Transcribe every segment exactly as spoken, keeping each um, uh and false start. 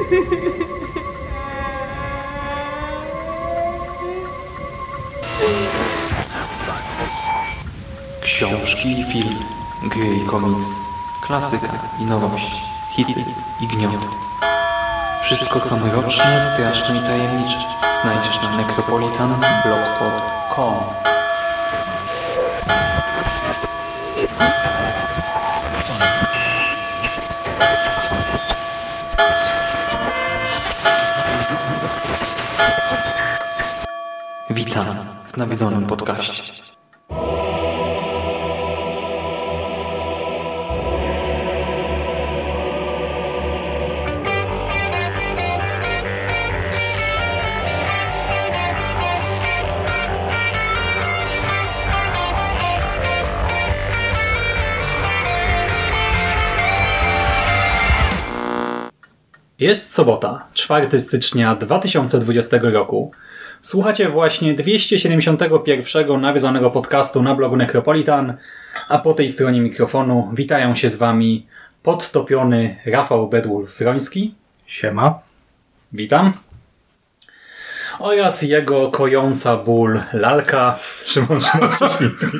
Książki i film, gry i komiks, klasyka i nowość, hity i gniot. Wszystko co mroczne, straszne i tajemnicze znajdziesz na necropolitan blogspot kropka com. Witam w nawiedzonym podcaście. Jest sobota, czwartego stycznia dwa tysiące dwudziestego roku. Słuchacie właśnie dwieście siedemdziesiątego pierwszego nawiedzonego podcastu na blogu Necropolitan, a po tej stronie mikrofonu witają się z wami podtopiony Rafał Bedwulf-Wroński. Siema. Witam. Oraz jego kojąca ból lalka Szymon Szymon-Cieśliński.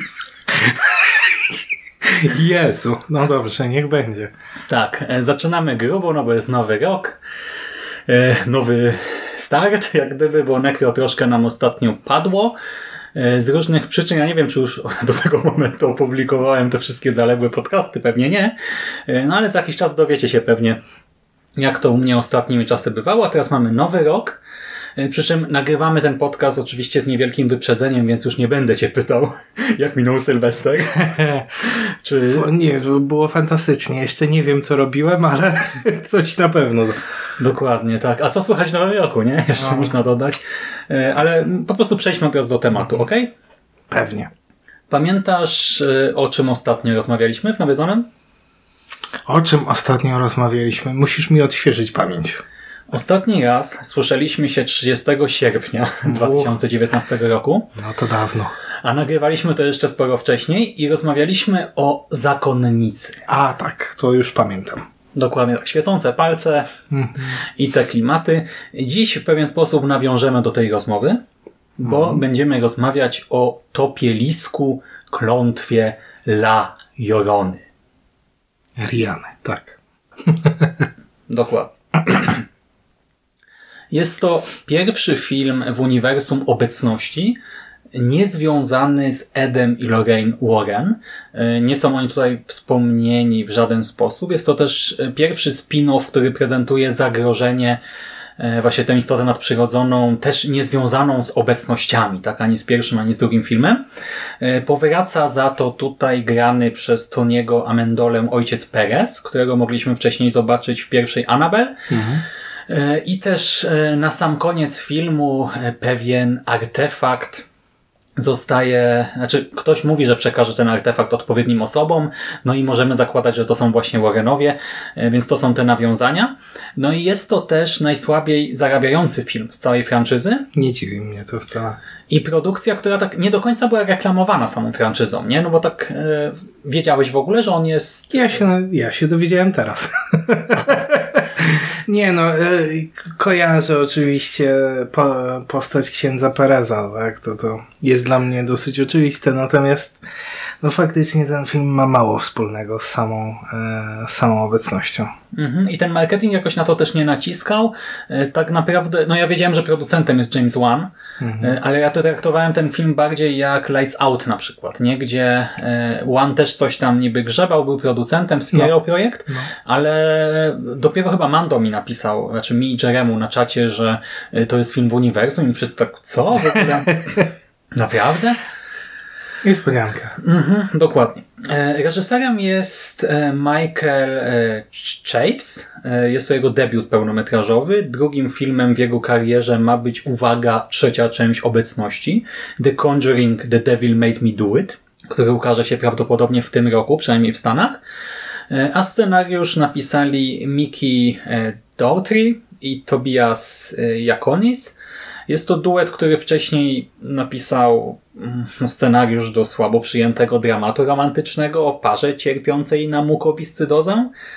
Jezu, no dobrze, niech będzie. Tak, zaczynamy grubo, no bo jest nowy rok, nowy start, jak gdyby, bo Necro troszkę nam ostatnio padło z różnych przyczyn. Ja nie wiem, czy już do tego momentu opublikowałem te wszystkie zaległe podcasty, pewnie nie, no ale za jakiś czas dowiecie się pewnie, jak to u mnie ostatnimi czasy bywało, a teraz mamy nowy rok. Przy czym nagrywamy ten podcast oczywiście z niewielkim wyprzedzeniem, więc już nie będę cię pytał, jak minął Sylwester. Czy... Nie, było fantastycznie. Jeszcze nie wiem, co robiłem, ale coś na pewno. Dokładnie, tak. A co słychać w nowym roku, nie? Jeszcze no. Można dodać. Ale po prostu przejdźmy teraz do tematu, ok? Pewnie. Pamiętasz, o czym ostatnio rozmawialiśmy w nawiedzonym? O czym ostatnio rozmawialiśmy? Musisz mi odświeżyć pamięć. Ostatni raz słyszeliśmy się trzydziestego sierpnia dwa tysiące dziewiętnastego roku. No to dawno. A nagrywaliśmy to jeszcze sporo wcześniej i rozmawialiśmy o zakonnicy. A tak, to już pamiętam. Dokładnie tak. Świecące palce mm. i te klimaty. Dziś w pewien sposób nawiążemy do tej rozmowy, bo mm. będziemy rozmawiać o topielisku, klątwie La Llorony. Riany, tak. Dokładnie. Jest to pierwszy film w uniwersum obecności niezwiązany z Edem i Lorraine Warren. Nie są oni tutaj wspomnieni w żaden sposób. Jest to też pierwszy spin-off, który prezentuje zagrożenie, właśnie tę istotę nadprzyrodzoną, też niezwiązaną z obecnościami, tak, ani z pierwszym, ani z drugim filmem. Powraca za to tutaj grany przez Tony'ego Amendolę ojciec Perez, którego mogliśmy wcześniej zobaczyć w pierwszej Annabelle. Mhm. I też na sam koniec filmu pewien artefakt zostaje, znaczy ktoś mówi, że przekaże ten artefakt odpowiednim osobom, no i możemy zakładać, że to są właśnie Warrenowie, więc to są te nawiązania. No i jest to też najsłabiej zarabiający film z całej franczyzy. Nie dziwi mnie to wcale. I produkcja, która tak nie do końca była reklamowana samą franczyzą, nie? No bo tak e, wiedziałeś w ogóle, że on jest... Ja się, ja się dowiedziałem teraz. Nie no, kojarzę oczywiście po, postać księdza Pereza, tak? To, to jest dla mnie dosyć oczywiste, natomiast no faktycznie ten film ma mało wspólnego z samą, e, samą obecnością. Mhm. I ten marketing jakoś na to też nie naciskał. E, tak naprawdę, no ja wiedziałem, że producentem jest James Wan, mhm. e, ale ja to traktowałem ten film bardziej jak Lights Out na przykład, nie? Gdzie e, Wan też coś tam niby grzebał, był producentem, wspierał no. projekt, no. ale dopiero chyba Mando mi napisał, znaczy mi i Jeremu na czacie, że e, to jest film w uniwersum i wszyscy tak, co? W ogóle? Naprawdę? Niespodzianka. Mhm, dokładnie. Reżyserem jest Michael Chaves. Jest to jego debiut pełnometrażowy. Drugim filmem w jego karierze ma być, uwaga, trzecia część obecności. The Conjuring, The Devil Made Me Do It, który ukaże się prawdopodobnie w tym roku, przynajmniej w Stanach. A scenariusz napisali Mickey Dougherty i Tobias Yakonis. Jest to duet, który wcześniej napisał scenariusz do słabo przyjętego dramatu romantycznego o parze cierpiącej na mukowiscydozę.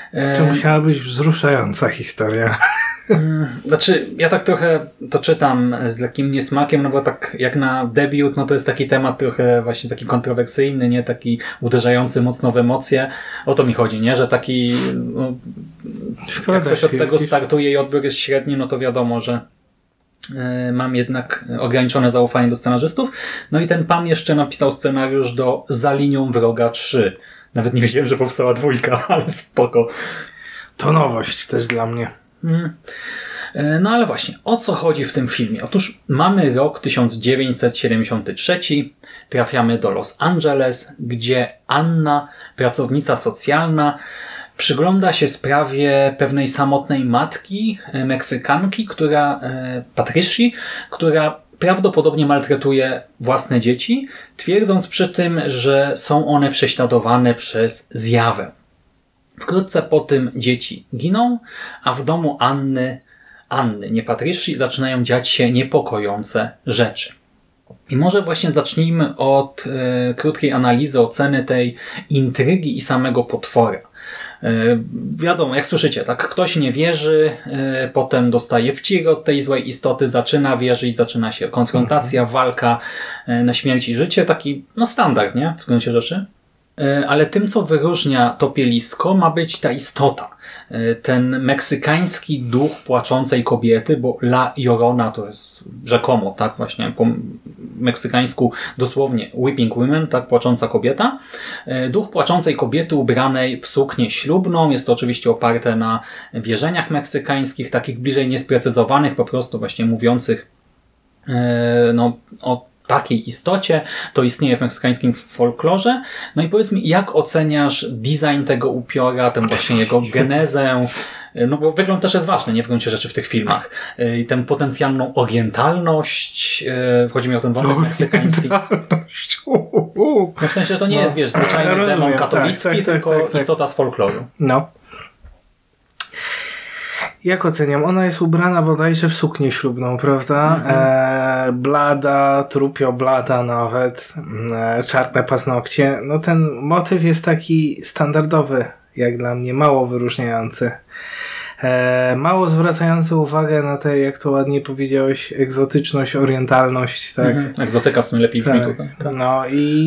To musiała być wzruszająca historia. Znaczy, ja tak trochę to czytam z lekkim niesmakiem, no bo tak jak na debiut, no to jest taki temat trochę właśnie taki kontrowersyjny, nie? Taki uderzający mocno w emocje. O to mi chodzi, nie? Że taki no, jak ktoś od tego startuje i odbiór jest średni, no to wiadomo, że y, mam jednak ograniczone zaufanie do scenarzystów. No i ten pan jeszcze napisał scenariusz do Za linią wroga trzy. Nawet nie wiedziałem, że powstała dwójka, ale spoko. To nowość też dla mnie. Hmm. No ale właśnie, o co chodzi w tym filmie? Otóż mamy rok tysiąc dziewięćset siedemdziesiąty trzeci, trafiamy do Los Angeles, gdzie Anna, pracownica socjalna, przygląda się sprawie pewnej samotnej matki, Meksykanki, która, Patrici, która prawdopodobnie maltretuje własne dzieci, twierdząc przy tym, że są one prześladowane przez zjawę. Wkrótce po tym dzieci giną, a w domu Anny, Anny, nie Patrici, zaczynają dziać się niepokojące rzeczy. I może właśnie zacznijmy od e, krótkiej analizy, oceny tej intrygi i samego potwora. E, wiadomo, jak słyszycie, tak, ktoś nie wierzy, e, potem dostaje wciry od tej złej istoty, zaczyna wierzyć, zaczyna się konfrontacja, mhm. walka e, na śmierć i życie, taki no standard, nie? W gruncie rzeczy. Ale tym, co wyróżnia topielisko, ma być ta istota. Ten meksykański duch płaczącej kobiety, bo La Llorona to jest rzekomo, tak, właśnie po meksykańsku dosłownie weeping woman, tak, płacząca kobieta. Duch płaczącej kobiety ubranej w suknię ślubną. Jest to oczywiście oparte na wierzeniach meksykańskich, takich bliżej niesprecyzowanych, po prostu właśnie mówiących no, o takiej istocie, to istnieje w meksykańskim folklorze. No i powiedz mi, jak oceniasz design tego upiora, tę właśnie jego genezę? No bo wygląd też jest ważny, nie w gruncie rzeczy w tych filmach. I tę potencjalną orientalność, chodzi mi o ten wątek meksykański. No w sensie, że to nie no, jest, wiesz, zwyczajny rozumiem, demon katolicki, tak, tak, tylko tak, tak, tak. istota z folkloru. No. Jak oceniam? Ona jest ubrana bodajże w suknię ślubną, prawda? Mm-hmm. E, blada, trupio blada nawet, e, czarne paznokcie. No ten motyw jest taki standardowy, jak dla mnie, mało wyróżniający. E, mało zwracający uwagę na tę, jak to ładnie powiedziałeś, egzotyczność, orientalność. Tak? Mm-hmm. Egzotyka w sumie lepiej brzmi tak, tutaj. Tak. No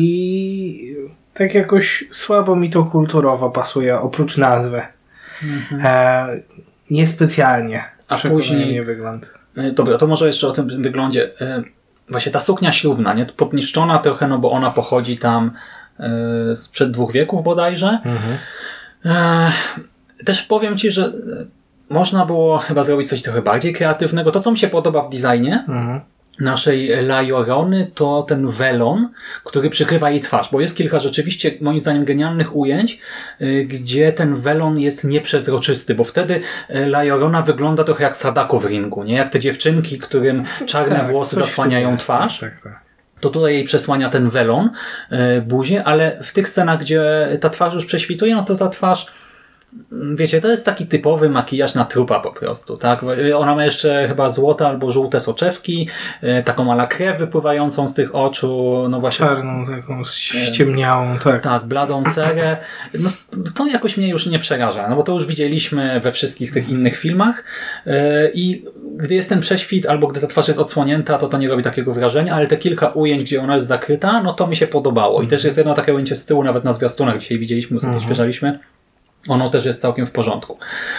i tak jakoś słabo mi to kulturowo pasuje, oprócz nazwy. Mm-hmm. E, Niespecjalnie. A później nie wygląd. Dobra, to może jeszcze o tym wyglądzie. Właśnie ta suknia ślubna, nie? Podniszczona trochę, no bo ona pochodzi tam sprzed dwóch wieków bodajże. Mhm. Też powiem Ci, że można było chyba zrobić coś trochę bardziej kreatywnego. To, co mi się podoba w designie mhm. naszej La Llorony, to ten welon, który przykrywa jej twarz, bo jest kilka rzeczywiście, moim zdaniem, genialnych ujęć, gdzie ten welon jest nieprzezroczysty, bo wtedy La Llorona wygląda trochę jak Sadako w ringu, nie? Jak te dziewczynki, którym czarne tak, włosy zasłaniają jest, twarz. Tak, tak, tak. To tutaj jej przesłania ten welon, buzię, ale w tych scenach, gdzie ta twarz już prześwituje, no to ta twarz, wiecie, to jest taki typowy makijaż na trupa po prostu, tak? Ona ma jeszcze chyba złote albo żółte soczewki, taką ala krew wypływającą z tych oczu, no właśnie. Czarną, taką ściemniałą, tak. Tak, bladą cerę. No, to jakoś mnie już nie przeraża, no bo to już widzieliśmy we wszystkich tych innych filmach i gdy jest ten prześwit albo gdy ta twarz jest odsłonięta, to to nie robi takiego wrażenia, ale te kilka ujęć, gdzie ona jest zakryta, no to mi się podobało. I też jest jedno takie ujęcie z tyłu, nawet na zwiastunach dzisiaj widzieliśmy, sobie mhm. odświeżaliśmy. Ono też jest całkiem w porządku.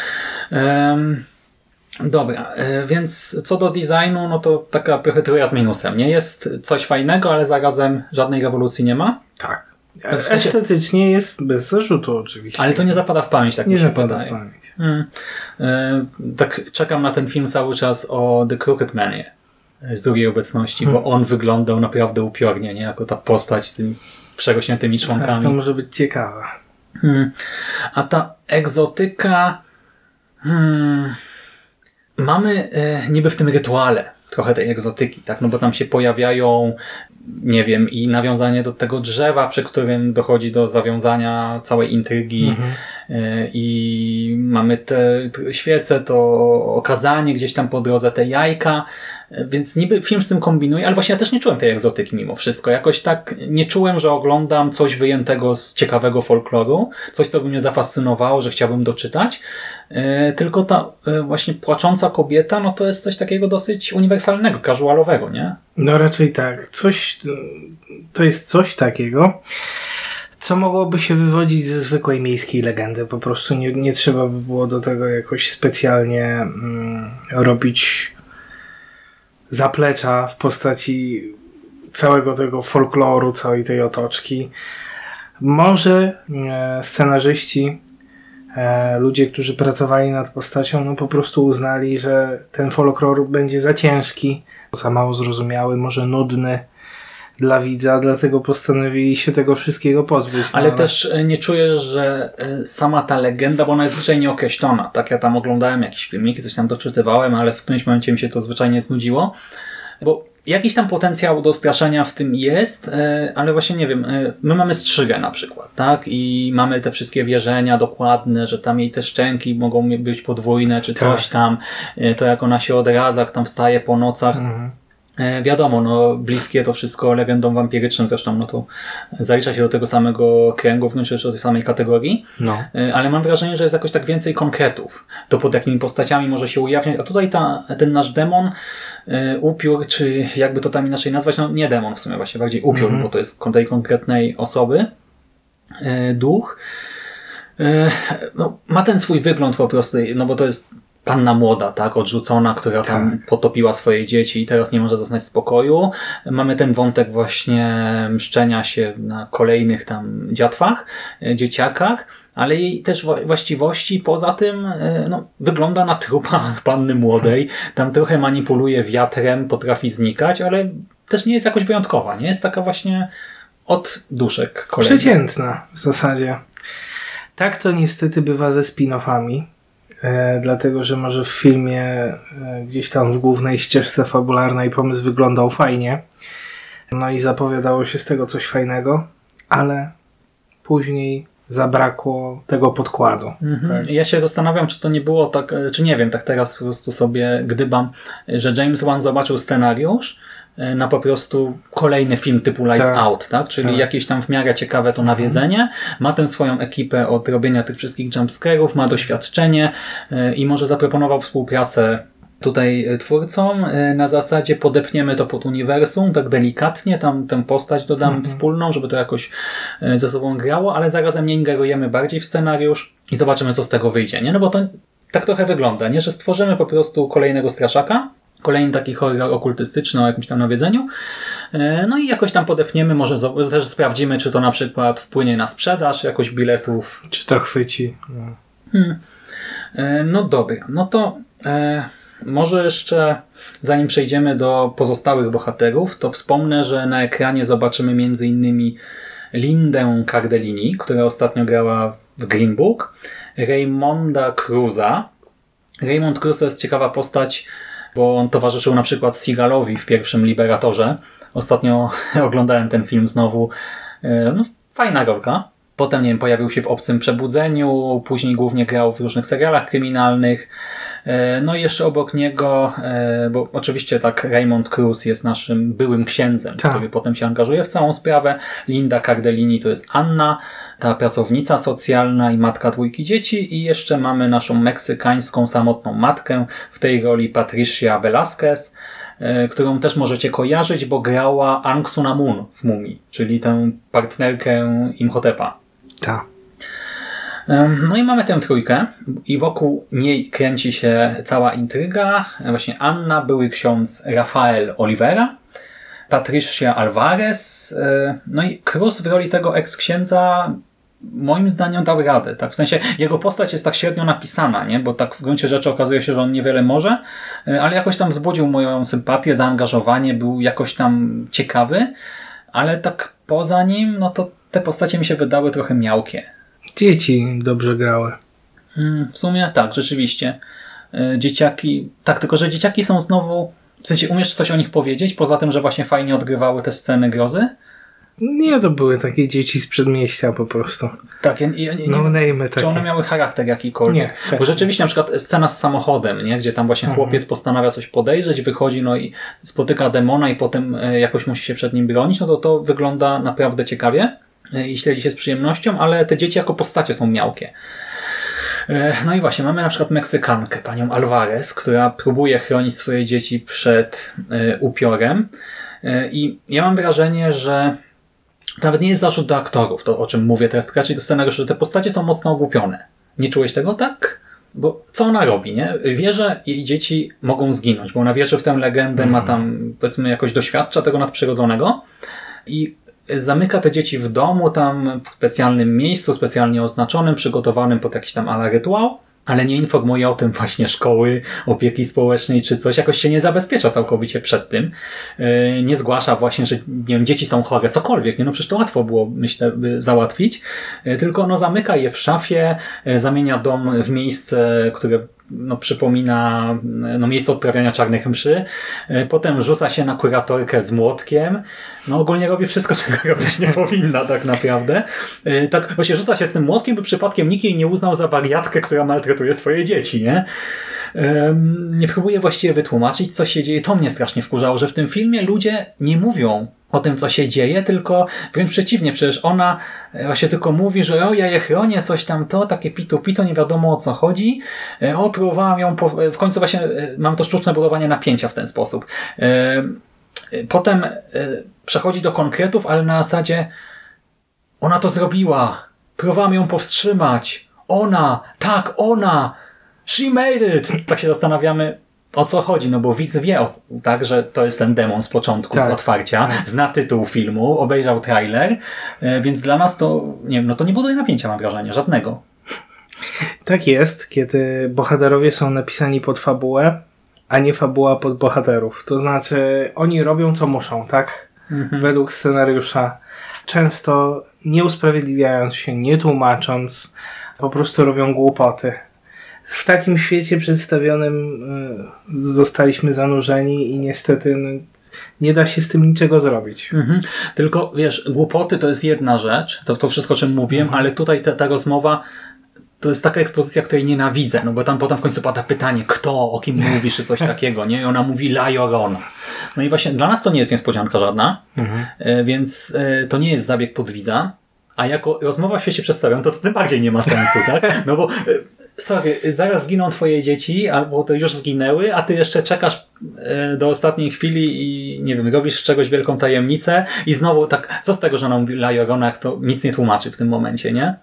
Um, dobra, więc co do designu, no to taka trochę troja z minusem. Nie jest coś fajnego, ale zarazem żadnej rewolucji nie ma. Tak. W sensie... Estetycznie jest bez zarzutu oczywiście. Ale to nie zapada w pamięć, tak nie mi się zapada wydaje. w pamięć. Hmm. E, tak czekam na ten film cały czas o The Crooked Manie z drugiej obecności, hmm. bo on wyglądał naprawdę upiornie, nie? Jako ta postać z tymi przerośniętymi członkami. Tak, to może być ciekawe. Hmm. A ta egzotyka hmm, mamy e, niby w tym rytuale trochę tej egzotyki, tak? No bo tam się pojawiają, nie wiem, i nawiązanie do tego drzewa, przy którym dochodzi do zawiązania całej intrygi mhm. e, i mamy te, te świece, to okadzanie gdzieś tam po drodze, te jajka. Więc niby film z tym kombinuje, ale właśnie ja też nie czułem tej egzotyki mimo wszystko. Jakoś tak nie czułem, że oglądam coś wyjętego z ciekawego folkloru, coś, co by mnie zafascynowało, że chciałbym doczytać. Yy, tylko ta yy, właśnie płacząca kobieta, no to jest coś takiego dosyć uniwersalnego, casualowego, nie? No raczej tak. Coś, to jest coś takiego, co mogłoby się wywodzić ze zwykłej miejskiej legendy. Po prostu nie, nie trzeba by było do tego jakoś specjalnie mm, robić zaplecza w postaci całego tego folkloru, całej tej otoczki. Może e, scenarzyści, e, ludzie, którzy pracowali nad postacią, no po prostu uznali, że ten folklor będzie za ciężki, za mało zrozumiały, może nudny dla widza, dlatego postanowili się tego wszystkiego pozbyć. Ale no, też nie czuję, że sama ta legenda, bo ona jest zwyczajnie określona. Tak, ja tam oglądałem jakieś filmiki, coś tam doczytywałem, ale w którymś momencie mi się to zwyczajnie znudziło. Bo jakiś tam potencjał do straszenia w tym jest, ale właśnie nie wiem, my mamy strzygę na przykład, tak? I mamy te wszystkie wierzenia dokładne, że tam jej te szczęki mogą być podwójne, czy coś tak. tam. To jak ona się odradza, jak tam wstaje po nocach. Mhm. E, wiadomo, no bliskie to wszystko legendom wampirycznym, zresztą no to zalicza się do tego samego kręgu, wręcz do tej samej kategorii, No. e, ale mam wrażenie, że jest jakoś tak więcej konkretów, to pod jakimi postaciami może się ujawniać, a tutaj ta, ten nasz demon, e, upiór, czy jakby to tam inaczej nazwać, no nie demon w sumie, właśnie bardziej upiór, Mhm. bo to jest tej konkretnej osoby, e, duch, e, no, ma ten swój wygląd po prostu, no bo to jest panna młoda, tak, odrzucona, która tam Tak. potopiła swoje dzieci i teraz nie może zaznać spokoju. Mamy ten wątek właśnie mszczenia się na kolejnych tam dziatwach, e, dzieciakach, ale jej też wa- właściwości poza tym e, no, wygląda na trupa panny młodej. Tam trochę manipuluje wiatrem, potrafi znikać, ale też nie jest jakoś wyjątkowa. Nie jest taka właśnie od duszek kolejnych. Przeciętna w zasadzie. Tak to niestety bywa ze spin-offami. E, dlatego, że może w filmie e, gdzieś tam w głównej ścieżce fabularnej pomysł wyglądał fajnie. No i zapowiadało się z tego coś fajnego, ale później zabrakło tego podkładu. Mhm. Tak. Ja się zastanawiam, czy to nie było tak, czy nie wiem, tak teraz po prostu sobie gdybam, że James Wan zobaczył scenariusz na po prostu kolejny film typu Lights Tak. Out, tak? Czyli Tak. jakieś tam w miarę ciekawe to nawiedzenie, ma tę swoją ekipę od robienia tych wszystkich jumpscare'ów, ma doświadczenie yy, i może zaproponował współpracę tutaj twórcom yy, na zasadzie podepniemy to pod uniwersum, tak delikatnie, tam tę postać dodamy Mhm. wspólną, żeby to jakoś yy, ze sobą grało, ale zarazem nie ingerujemy bardziej w scenariusz i zobaczymy, co z tego wyjdzie, nie? No bo to tak trochę wygląda, nie? Że stworzymy po prostu kolejnego straszaka, kolejny taki horror okultystyczny o jakimś tam nawiedzeniu. No i jakoś tam podepniemy, może z- też sprawdzimy, czy to na przykład wpłynie na sprzedaż jakoś biletów. Czy to chwyci? No. Hmm. E, No dobra, no to e, może jeszcze zanim przejdziemy do pozostałych bohaterów, to wspomnę, że na ekranie zobaczymy między innymi Lindę Cardellini, która ostatnio grała w Green Book, Raymonda Cruza. Raymond Cruz to jest ciekawa postać, bo on towarzyszył na przykład Seagalowi w pierwszym Liberatorze. Ostatnio oglądałem ten film znowu. No, fajna rolka. Potem, nie wiem, pojawił się w Obcym Przebudzeniu, później głównie grał w różnych serialach kryminalnych. No i jeszcze obok niego, bo oczywiście tak Raymond Cruz jest naszym byłym księdzem, Tak. który potem się angażuje w całą sprawę. Linda Cardellini to jest Anna, ta pracownica socjalna i matka dwójki dzieci i jeszcze mamy naszą meksykańską samotną matkę, w tej roli Patricia Velasquez, którą też możecie kojarzyć, bo grała Aung San Moon w Mumii, czyli tę partnerkę Imhotepa. Tak. No i mamy tę trójkę i wokół niej kręci się cała intryga. Właśnie Anna, były ksiądz Rafael Oliveira, Patricia Alvarez, no i Cruz w roli tego eks-księdza moim zdaniem dał radę. Tak? W sensie jego postać jest tak średnio napisana, nie? Bo tak w gruncie rzeczy okazuje się, że on niewiele może, ale jakoś tam wzbudził moją sympatię, zaangażowanie, był jakoś tam ciekawy, ale tak poza nim, no to te postacie mi się wydały trochę miałkie. Dzieci dobrze grały. W sumie tak, rzeczywiście. Dzieciaki, tak, tylko że dzieciaki są znowu, w sensie umiesz coś o nich powiedzieć, poza tym, że właśnie fajnie odgrywały te sceny grozy? Nie, to były takie dzieci z przedmieścia po prostu. Tak, ja, ja, nie, No name'y czy takie. one miały charakter jakikolwiek. Nie, Bo rzeczywiście na przykład scena z samochodem, nie? Gdzie tam właśnie Mhm. chłopiec postanawia coś podejrzeć, wychodzi no i spotyka demona i potem e, jakoś musi się przed nim bronić, no to to wygląda naprawdę ciekawie e, i śledzi się z przyjemnością, ale te dzieci jako postacie są miałkie. E, no i właśnie, mamy na przykład Meksykankę, panią Alvarez, która próbuje chronić swoje dzieci przed e, upiorem e, i ja mam wrażenie, że to nawet nie jest zarzut do aktorów, to o czym mówię teraz, tylko raczej do scenariusza, że te postacie są mocno ogłupione. Nie czułeś tego tak? Bo co ona robi, nie? Wie, że jej dzieci mogą zginąć, bo ona wierzy w tę legendę, mm. ma tam, powiedzmy, jakoś doświadcza tego nadprzyrodzonego i zamyka te dzieci w domu, tam w specjalnym miejscu, specjalnie oznaczonym, przygotowanym pod jakiś tam ala rytuał, ale nie informuje o tym właśnie szkoły, opieki społecznej czy coś, jakoś się nie zabezpiecza całkowicie przed tym. Yy, nie zgłasza właśnie, że nie wiem, dzieci są chore, cokolwiek, nie? No przecież to łatwo było, myślę, by załatwić, yy, tylko no zamyka je w szafie, yy, zamienia dom w miejsce, które no, przypomina no, miejsce odprawiania czarnych mszy, yy, potem rzuca się na kuratorkę z młotkiem, no ogólnie robi wszystko, czego robić nie powinna tak naprawdę. Yy, tak właśnie rzuca się z tym młotkiem, by przypadkiem nikt jej nie uznał za wariatkę, która maltretuje swoje dzieci, nie? Yy, nie próbuje właściwie wytłumaczyć, co się dzieje. To mnie strasznie wkurzało, że w tym filmie ludzie nie mówią o tym, co się dzieje, tylko wręcz przeciwnie, przecież ona właśnie tylko mówi, że o, ja je chronię, coś tam to, takie pitu pitu, nie wiadomo o co chodzi. O, próbowałam ją, po... w końcu właśnie mam to sztuczne budowanie napięcia w ten sposób. Yy, potem yy, przechodzi do konkretów, ale na zasadzie ona to zrobiła, próbowałam ją powstrzymać, ona, tak, ona, she made it. Tak się zastanawiamy, o co chodzi, no bo widz wie, o, tak, że to jest ten demon z początku, tak, z otwarcia, tak. Zna tytuł filmu, obejrzał trailer, yy, więc dla nas to, nie wiem, no to nie buduje napięcia, mam wrażenie, żadnego. Tak jest, kiedy bohaterowie są napisani pod fabułę, a nie fabuła pod bohaterów. To znaczy, oni robią co muszą, tak? Mhm. Według scenariusza. Często nie usprawiedliwiając się, nie tłumacząc, po prostu robią głupoty. W takim świecie przedstawionym y, zostaliśmy zanurzeni i niestety no, nie da się z tym niczego zrobić. Mhm. Tylko wiesz, głupoty to jest jedna rzecz, to to wszystko, o czym mówiłem, mhm. ale tutaj ta, ta rozmowa to jest taka ekspozycja, której nienawidzę, no bo tam potem w końcu pada pytanie, kto, o kim mówisz, czy coś takiego, nie? I ona mówi La Llorona. No i właśnie dla nas to nie jest niespodzianka żadna, mhm. więc to nie jest zabieg pod widza, a jako rozmowa w świecie przedstawiam, to, to tym bardziej nie ma sensu, tak? No bo sorry, zaraz zginą twoje dzieci, albo to już zginęły, a ty jeszcze czekasz do ostatniej chwili i nie wiem, robisz z czegoś wielką tajemnicę i znowu tak, co z tego, że ona mówi La Llorona, jak to nic nie tłumaczy w tym momencie, nie?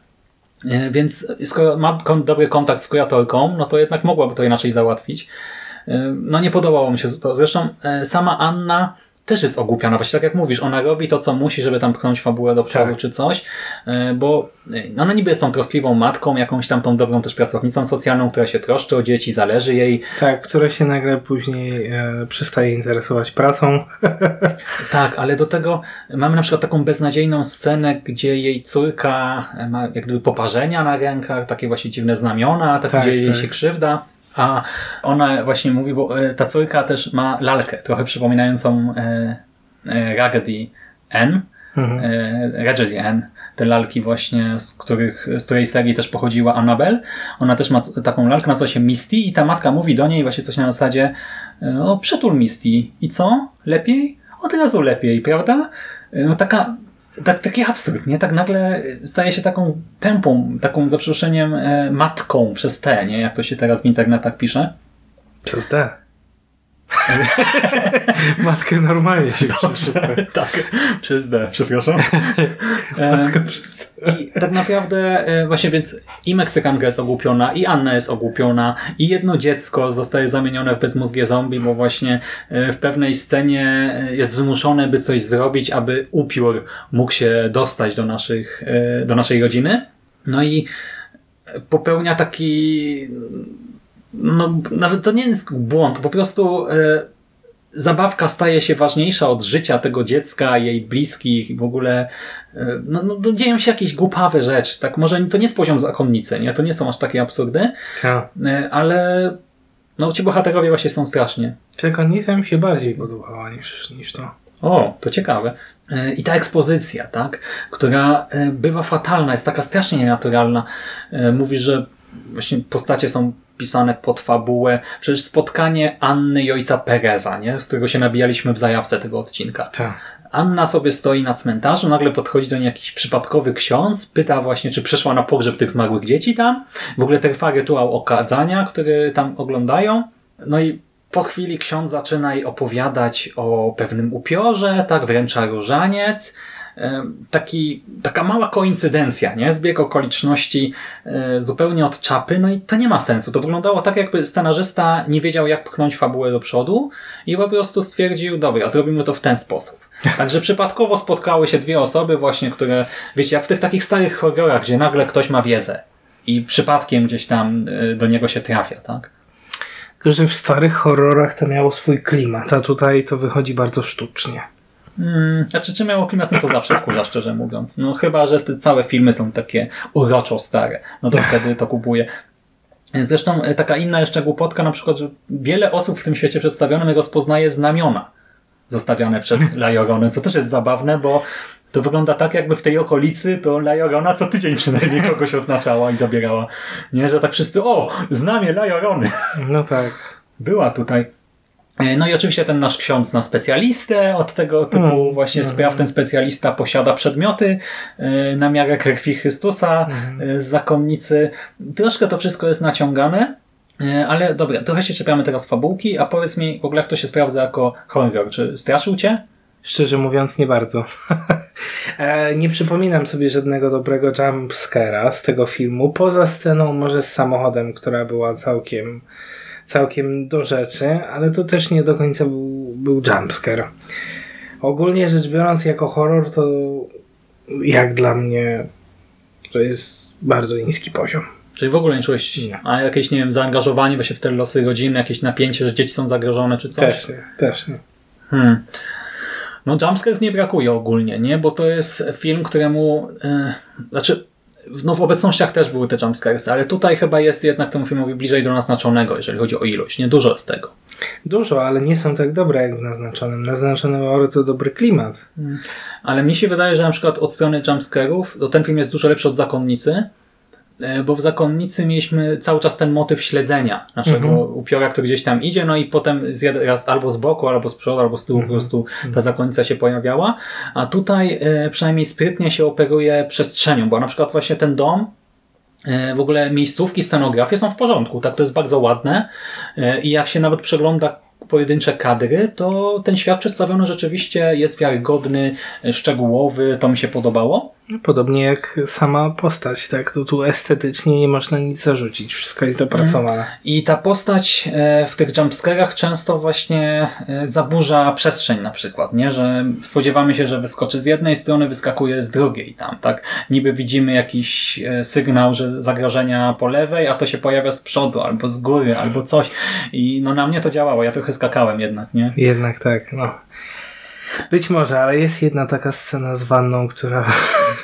Więc skoro ma dobry kontakt z kuratorką, no to jednak mogłaby to inaczej załatwić. No nie podobało mi się to. Zresztą sama Anna też jest ogłupiana. Właśnie tak jak mówisz, ona robi to, co musi, żeby tam pchnąć fabułę do przodu, tak. czy coś, bo ona niby jest tą troskliwą matką, jakąś tam tą dobrą też pracownicą socjalną, która się troszczy o dzieci, zależy jej. Tak, która się nagle później e, przestaje interesować pracą. Tak, ale do tego mamy na przykład taką beznadziejną scenę, gdzie jej córka ma jak gdyby poparzenia na rękach, takie właśnie dziwne znamiona, tak, tak, dzieje tak. jej się krzywda. A ona właśnie mówi, bo ta córka też ma lalkę, trochę przypominającą e, e, Raggedy Ann, mhm. e, Raggedy Ann, te lalki właśnie, z, których, z której serii też pochodziła Annabelle. Ona też ma taką lalkę, nazywa się Misty i ta matka mówi do niej właśnie coś na zasadzie o, przytul Misty. I co? Lepiej? Od razu lepiej, prawda? No taka Tak, taki absurd, nie? Tak nagle staje się taką tępą, taką za przeproszeniem e, matką przez T, nie? Jak to się teraz w internetach pisze. Przez D. Matkę normalnie się pisze przez D. Tak, przez D, przepraszam. Matka przez D. I tak naprawdę e, właśnie więc i Meksykanka jest ogłupiona, i Anna jest ogłupiona, i jedno dziecko zostaje zamienione w bezmózgie zombie, bo właśnie e, w pewnej scenie jest zmuszone, by coś zrobić, aby upiór mógł się dostać do naszych, e, do naszej rodziny. No i popełnia taki... No, nawet to nie jest błąd, po prostu e, zabawka staje się ważniejsza od życia tego dziecka, jej bliskich i w ogóle e, no, no, dzieją się jakieś głupawe rzeczy. Tak, może to nie jest poziom zakonnicy, nie? To nie są aż takie absurdy, e, ale no, ci bohaterowie właśnie są strasznie. Zakonnica mi się bardziej podobała niż, niż to. O, to ciekawe. I ta ekspozycja, tak, która bywa fatalna, jest taka strasznie nienaturalna. Mówisz, że właśnie postacie są pisane pod fabułę. Przecież spotkanie Anny i ojca Pereza, nie? Z którego się nabijaliśmy w zajawce tego odcinka. Tak. Anna sobie stoi na cmentarzu, nagle podchodzi do niej jakiś przypadkowy ksiądz, pyta właśnie, czy przyszła na pogrzeb tych zmarłych dzieci tam. W ogóle trwa rytuał okadzania, który tam oglądają. No i po chwili ksiądz zaczyna jej opowiadać o pewnym upiorze, tak, wręcza różaniec. Taki, taka mała koincydencja, nie? Zbieg okoliczności e, zupełnie od czapy, no i to nie ma sensu. To wyglądało tak, jakby scenarzysta nie wiedział, jak pchnąć fabułę do przodu i po prostu stwierdził, dobra, zrobimy to w ten sposób. Także przypadkowo spotkały się dwie osoby właśnie, które, wiecie, jak w tych takich starych horrorach, gdzie nagle ktoś ma wiedzę i przypadkiem gdzieś tam e, do niego się trafia, tak? Tylko, że w starych horrorach to miało swój klimat, a tutaj to wychodzi bardzo sztucznie. Hmm, znaczy, czy miało klimat, no to zawsze wkurza, szczerze mówiąc. No chyba, że te całe filmy są takie uroczo stare. No to wtedy to kupuję. Zresztą taka inna jeszcze głupotka, na przykład, że wiele osób w tym świecie przedstawionym rozpoznaje znamiona zostawiane przez La Lloronę, co też jest zabawne, bo to wygląda tak, jakby w tej okolicy to La Llorona co tydzień przynajmniej kogoś oznaczała i zabierała. Nie, że tak wszyscy, o, znamie La Llorony. No tak. Była tutaj. No i oczywiście ten nasz ksiądz na specjalistę od tego typu mm, właśnie mm. spraw. Ten specjalista posiada przedmioty y, na miarę krwi Chrystusa, mm. y, zakonnicy. Troszkę to wszystko jest naciągane, y, ale dobra, trochę się czepiamy teraz fabułki, a powiedz mi w ogóle, jak to się sprawdza jako horror. Czy straszył cię? Szczerze mówiąc, nie bardzo. e, nie przypominam sobie żadnego dobrego jumpscare'a z tego filmu, poza sceną może z samochodem, która była całkiem całkiem do rzeczy, ale to też nie do końca był, był jumpscare. Ogólnie rzecz biorąc, jako horror, to jak dla mnie to jest bardzo niski poziom. Czyli w ogóle nie czułeś nie. A jakieś, nie wiem, zaangażowanie właśnie w te losy rodziny, jakieś napięcie, że dzieci są zagrożone, czy coś? Też nie, też nie. Hmm. No jumpscares nie brakuje ogólnie, nie? Bo to jest film, któremu yy, znaczy no w obecnościach też były te jumpscaresy, ale tutaj chyba jest jednak temu filmowi bliżej do naznaczonego, jeżeli chodzi o ilość. Nie dużo z tego. Dużo, ale nie są tak dobre jak w naznaczonym. Naznaczony ma bardzo dobry klimat. Hmm. Ale mi się wydaje, że na przykład od strony jumpscarów to ten film jest dużo lepszy od Zakonnicy, bo w Zakonnicy mieliśmy cały czas ten motyw śledzenia naszego mm-hmm. upiora, który gdzieś tam idzie, no i potem z jed- raz albo z boku, albo z przodu, albo z tyłu mm-hmm. po prostu ta Zakonnica się pojawiała, a tutaj e, przynajmniej sprytnie się operuje przestrzenią, bo na przykład właśnie ten dom, e, w ogóle miejscówki, scenografie są w porządku, tak, to jest bardzo ładne e, i jak się nawet przegląda pojedyncze kadry, to ten świat przedstawiony rzeczywiście jest wiarygodny, szczegółowy, to mi się podobało. Podobnie jak sama postać, tak? To tu estetycznie nie można nic zarzucić, wszystko jest dopracowane. I ta postać w tych jumpscarach często właśnie zaburza przestrzeń na przykład, nie? Że spodziewamy się, że wyskoczy z jednej strony, wyskakuje z drugiej tam, tak? Niby widzimy jakiś sygnał, że zagrożenia po lewej, a to się pojawia z przodu, albo z góry, albo coś. I no na mnie to działało, ja trochę skakałem jednak, nie? Jednak tak, no. Być może, ale jest jedna taka scena z wanną, która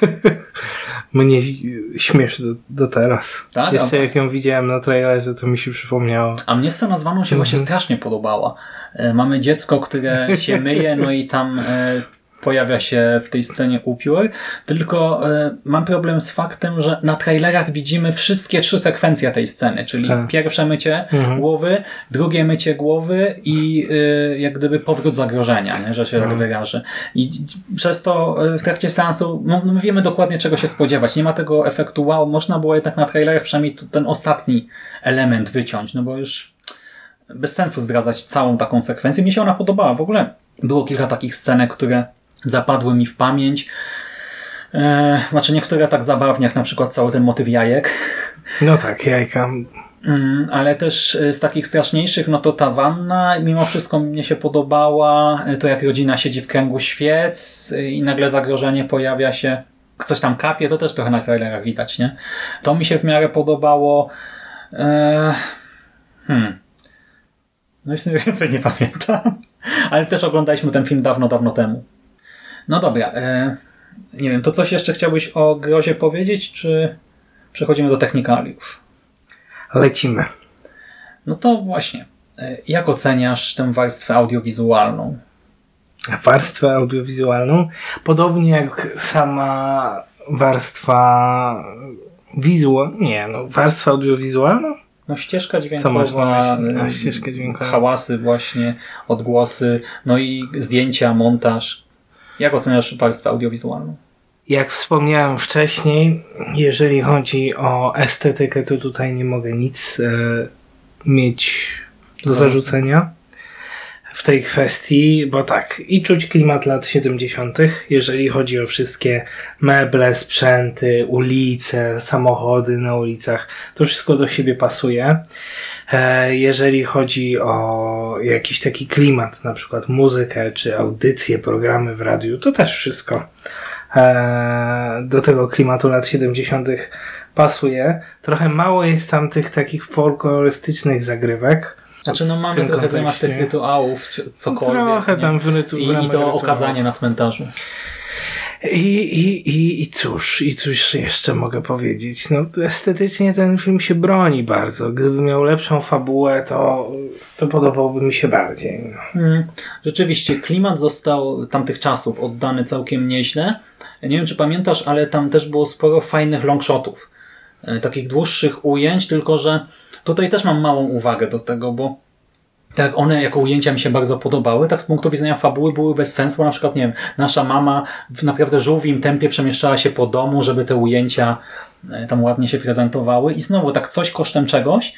mnie śmieszy do, do teraz. Tak? Jeszcze jak ją widziałem na trailerze, to mi się przypomniało. A mnie scena z wanną się właśnie strasznie podobała. Mamy dziecko, które się myje, no i tam pojawia się w tej scenie upiór, tylko y, mam problem z faktem, że na trailerach widzimy wszystkie trzy sekwencje tej sceny, czyli tak. pierwsze mycie mhm. głowy, drugie mycie głowy i y, jak gdyby powrót zagrożenia, nie? Że się mhm. tak wyrażę. I przez to y, w trakcie seansu no, my wiemy dokładnie, czego się spodziewać. Nie ma tego efektu wow, można było jednak na trailerach przynajmniej ten ostatni element wyciąć, no bo już bez sensu zdradzać całą taką sekwencję. Mnie się ona podobała. W ogóle było kilka takich scenek, które zapadły mi w pamięć. Eee, znaczy niektóre tak zabawnie, jak na przykład cały ten motyw jajek. No tak, jajka. Mm, ale też z takich straszniejszych, no to ta wanna mimo wszystko mnie się podobała. To jak rodzina siedzi w kręgu świec i nagle zagrożenie pojawia się. Coś tam kapie, to też trochę na trailerach widać, nie? To mi się w miarę podobało. Eee, hmm. No i sobie więcej nie pamiętam. Ale też oglądaliśmy ten film dawno, dawno temu. No dobra, e, nie wiem, to coś jeszcze chciałbyś o grozie powiedzieć, czy przechodzimy do technikaliów? Lecimy. No to właśnie, e, jak oceniasz tę warstwę audiowizualną? warstwę audiowizualną, podobnie jak sama warstwa wizualna, nie, no warstwa audiowizualna? No ścieżka Co masz na dźwiękowa, myśli? A, ścieżka dźwiękowa. hałasy właśnie, odgłosy, no i zdjęcia, montaż. Jak oceniasz warstwę audiowizualną? Jak wspomniałem wcześniej, jeżeli chodzi o estetykę, to tutaj nie mogę nic e, mieć do zarzucenia w tej kwestii, bo tak, i czuć klimat lat siedemdziesiątych, jeżeli chodzi o wszystkie meble, sprzęty, ulice, samochody na ulicach, to wszystko do siebie pasuje. E, jeżeli chodzi o jakiś taki klimat, na przykład muzykę, czy audycje, programy w radiu, to też wszystko e, do tego klimatu lat siedemdziesiątych pasuje. Trochę mało jest tam tych takich folklorystycznych zagrywek. Znaczy, no mamy trochę temat tych rytuałów, czy cokolwiek. Trochę tam w rytu- I, I to okadzanie na cmentarzu. I, i, i, I cóż, i cóż jeszcze mogę powiedzieć? No, estetycznie ten film się broni bardzo. Gdyby miał lepszą fabułę, to, to podobałby mi się bardziej. Hmm. Rzeczywiście, klimat został tamtych czasów oddany całkiem nieźle. Nie wiem, czy pamiętasz, ale tam też było sporo fajnych longshotów. E, takich dłuższych ujęć, tylko że tutaj też mam małą uwagę do tego, bo tak one jako ujęcia mi się bardzo podobały, tak z punktu widzenia fabuły były bez sensu, bo na przykład, nie wiem, nasza mama w naprawdę żółwim tempie przemieszczała się po domu, żeby te ujęcia tam ładnie się prezentowały i znowu tak coś kosztem czegoś.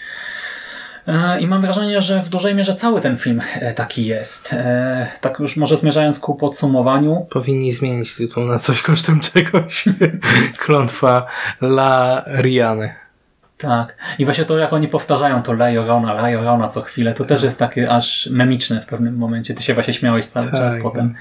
I mam wrażenie, że w dużej mierze cały ten film taki jest. Tak już może zmierzając ku podsumowaniu. Powinni zmienić tytuł na coś kosztem czegoś. Klątwa La Riany. Tak. I właśnie to, jak oni powtarzają to La Llorona, La Llorona co chwilę, to tak. też jest takie aż memiczne w pewnym momencie. Ty się właśnie śmiałeś cały tak. czas potem.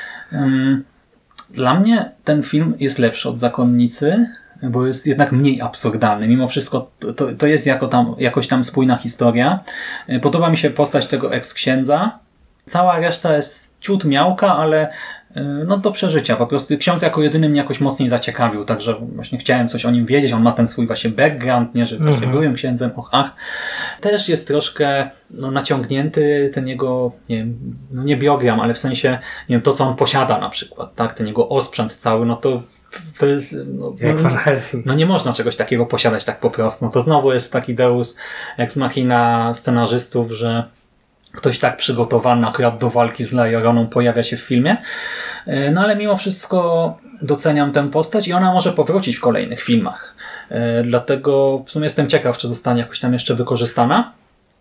Um, dla mnie ten film jest lepszy od Zakonnicy, bo jest jednak mniej absurdalny. Mimo wszystko to, to jest jako tam, jakoś tam spójna historia. Podoba mi się postać tego eks-księdza. Cała reszta jest ciut miałka, ale no do przeżycia. Po prostu ksiądz jako jedyny mnie jakoś mocniej zaciekawił, także właśnie chciałem coś o nim wiedzieć. On ma ten swój właśnie background, nie, że jest właśnie mm-hmm. byłym księdzem, och, ach. Też jest troszkę no, naciągnięty ten jego, nie wiem, no nie biogram, ale w sensie, nie wiem, to co on posiada na przykład, tak, ten jego osprzęt cały, no to to jest, no, jak no, Van Helsing. No nie można czegoś takiego posiadać tak po prostu. No to znowu jest taki deus ex machina scenarzystów, że ktoś tak przygotowany akurat do walki z La Lloroną pojawia się w filmie. No ale mimo wszystko doceniam tę postać i ona może powrócić w kolejnych filmach. Dlatego w sumie jestem ciekaw, czy zostanie jakoś tam jeszcze wykorzystana.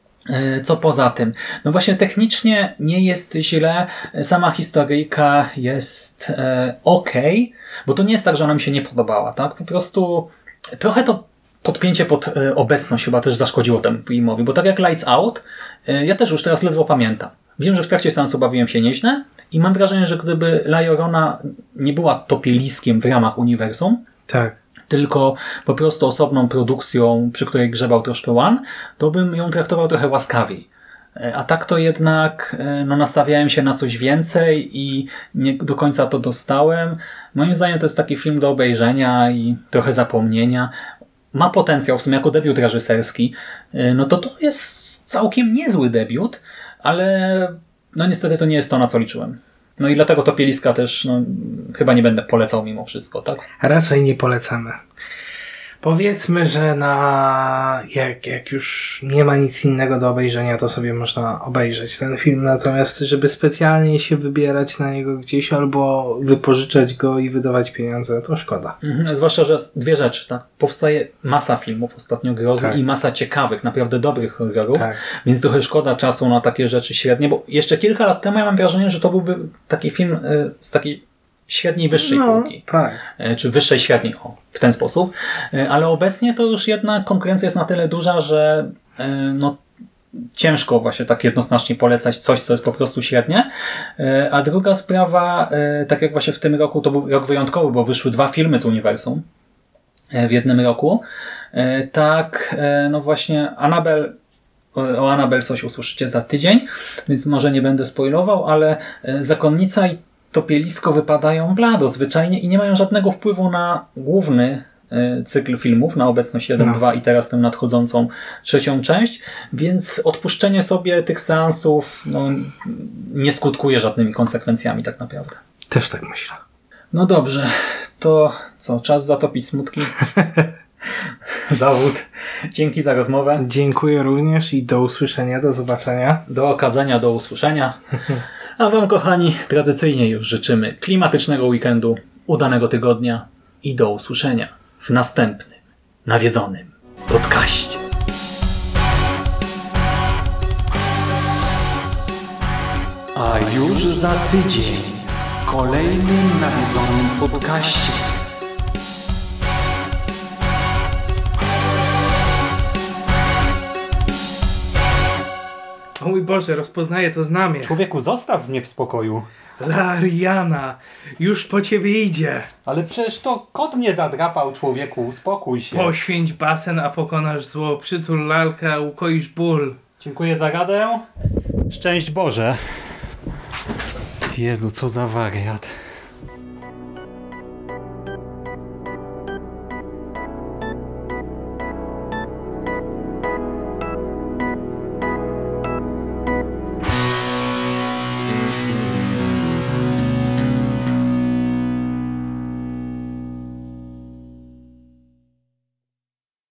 Co poza tym? No właśnie technicznie nie jest źle. Sama historyjka jest e, okej, bo to nie jest tak, że ona mi się nie podobała, tak? Po prostu trochę to podpięcie pod e, obecność chyba też zaszkodziło temu filmowi, bo tak jak Lights Out, e, ja też już teraz ledwo pamiętam. Wiem, że w trakcie seansu bawiłem się nieźle i mam wrażenie, że gdyby La Llorona nie była topieliskiem w ramach uniwersum, tak. tylko po prostu osobną produkcją, przy której grzebał troszkę One, to bym ją traktował trochę łaskawiej. A tak to jednak no, nastawiałem się na coś więcej i nie do końca to dostałem. Moim zdaniem to jest taki film do obejrzenia i trochę zapomnienia. Ma potencjał w sumie jako debiut reżyserski. No to to jest całkiem niezły debiut, ale no niestety to nie jest to, na co liczyłem. No i dlatego Topieliska też no, chyba nie będę polecał mimo wszystko, tak? Raczej nie polecamy. Powiedzmy, że na jak, jak już nie ma nic innego do obejrzenia, to sobie można obejrzeć ten film, natomiast żeby specjalnie się wybierać na niego gdzieś albo wypożyczać go i wydawać pieniądze, to szkoda. Mhm, zwłaszcza, że dwie rzeczy, tak? Powstaje masa filmów ostatnio grozy tak. i masa ciekawych, naprawdę dobrych horrorów, tak. więc trochę szkoda czasu na takie rzeczy średnie, bo jeszcze kilka lat temu ja mam wrażenie, że to byłby taki film y, z takiej średniej, wyższej no, półki. Tak. Czy wyższej, średniej, o, w ten sposób. Ale obecnie to już jednak konkurencja jest na tyle duża, że no, ciężko właśnie tak jednoznacznie polecać coś, co jest po prostu średnie. A druga sprawa, tak jak właśnie w tym roku, to był rok wyjątkowy, bo wyszły dwa filmy z uniwersum w jednym roku. Tak, no właśnie Annabelle, o Annabelle coś usłyszycie za tydzień, więc może nie będę spoilował, ale Zakonnica i Topielisko wypadają blado zwyczajnie i nie mają żadnego wpływu na główny y, cykl filmów na obecność jeden, No. dwa i teraz tę nadchodzącą trzecią część, więc odpuszczenie sobie tych seansów no, nie skutkuje żadnymi konsekwencjami tak naprawdę. Też tak myślę. No dobrze, to co, czas zatopić smutki? Zawód. Dzięki za rozmowę. Dziękuję również i do usłyszenia, do zobaczenia. Do okazania, do usłyszenia. A wam, kochani, tradycyjnie już życzymy klimatycznego weekendu, udanego tygodnia i do usłyszenia w następnym, nawiedzonym podcaście. A już za tydzień w kolejnym nawiedzonym podcaście. O mój Boże, rozpoznaję to znamie. Człowieku, zostaw mnie w spokoju. Lariana, już po ciebie idzie. Ale przecież to kot mnie zadrapał, człowieku, uspokój się. Poświęć basen, a pokonasz zło. Przytul lalkę, a ukoisz ból. Dziękuję za radę. Szczęść Boże. Jezu, co za wariat.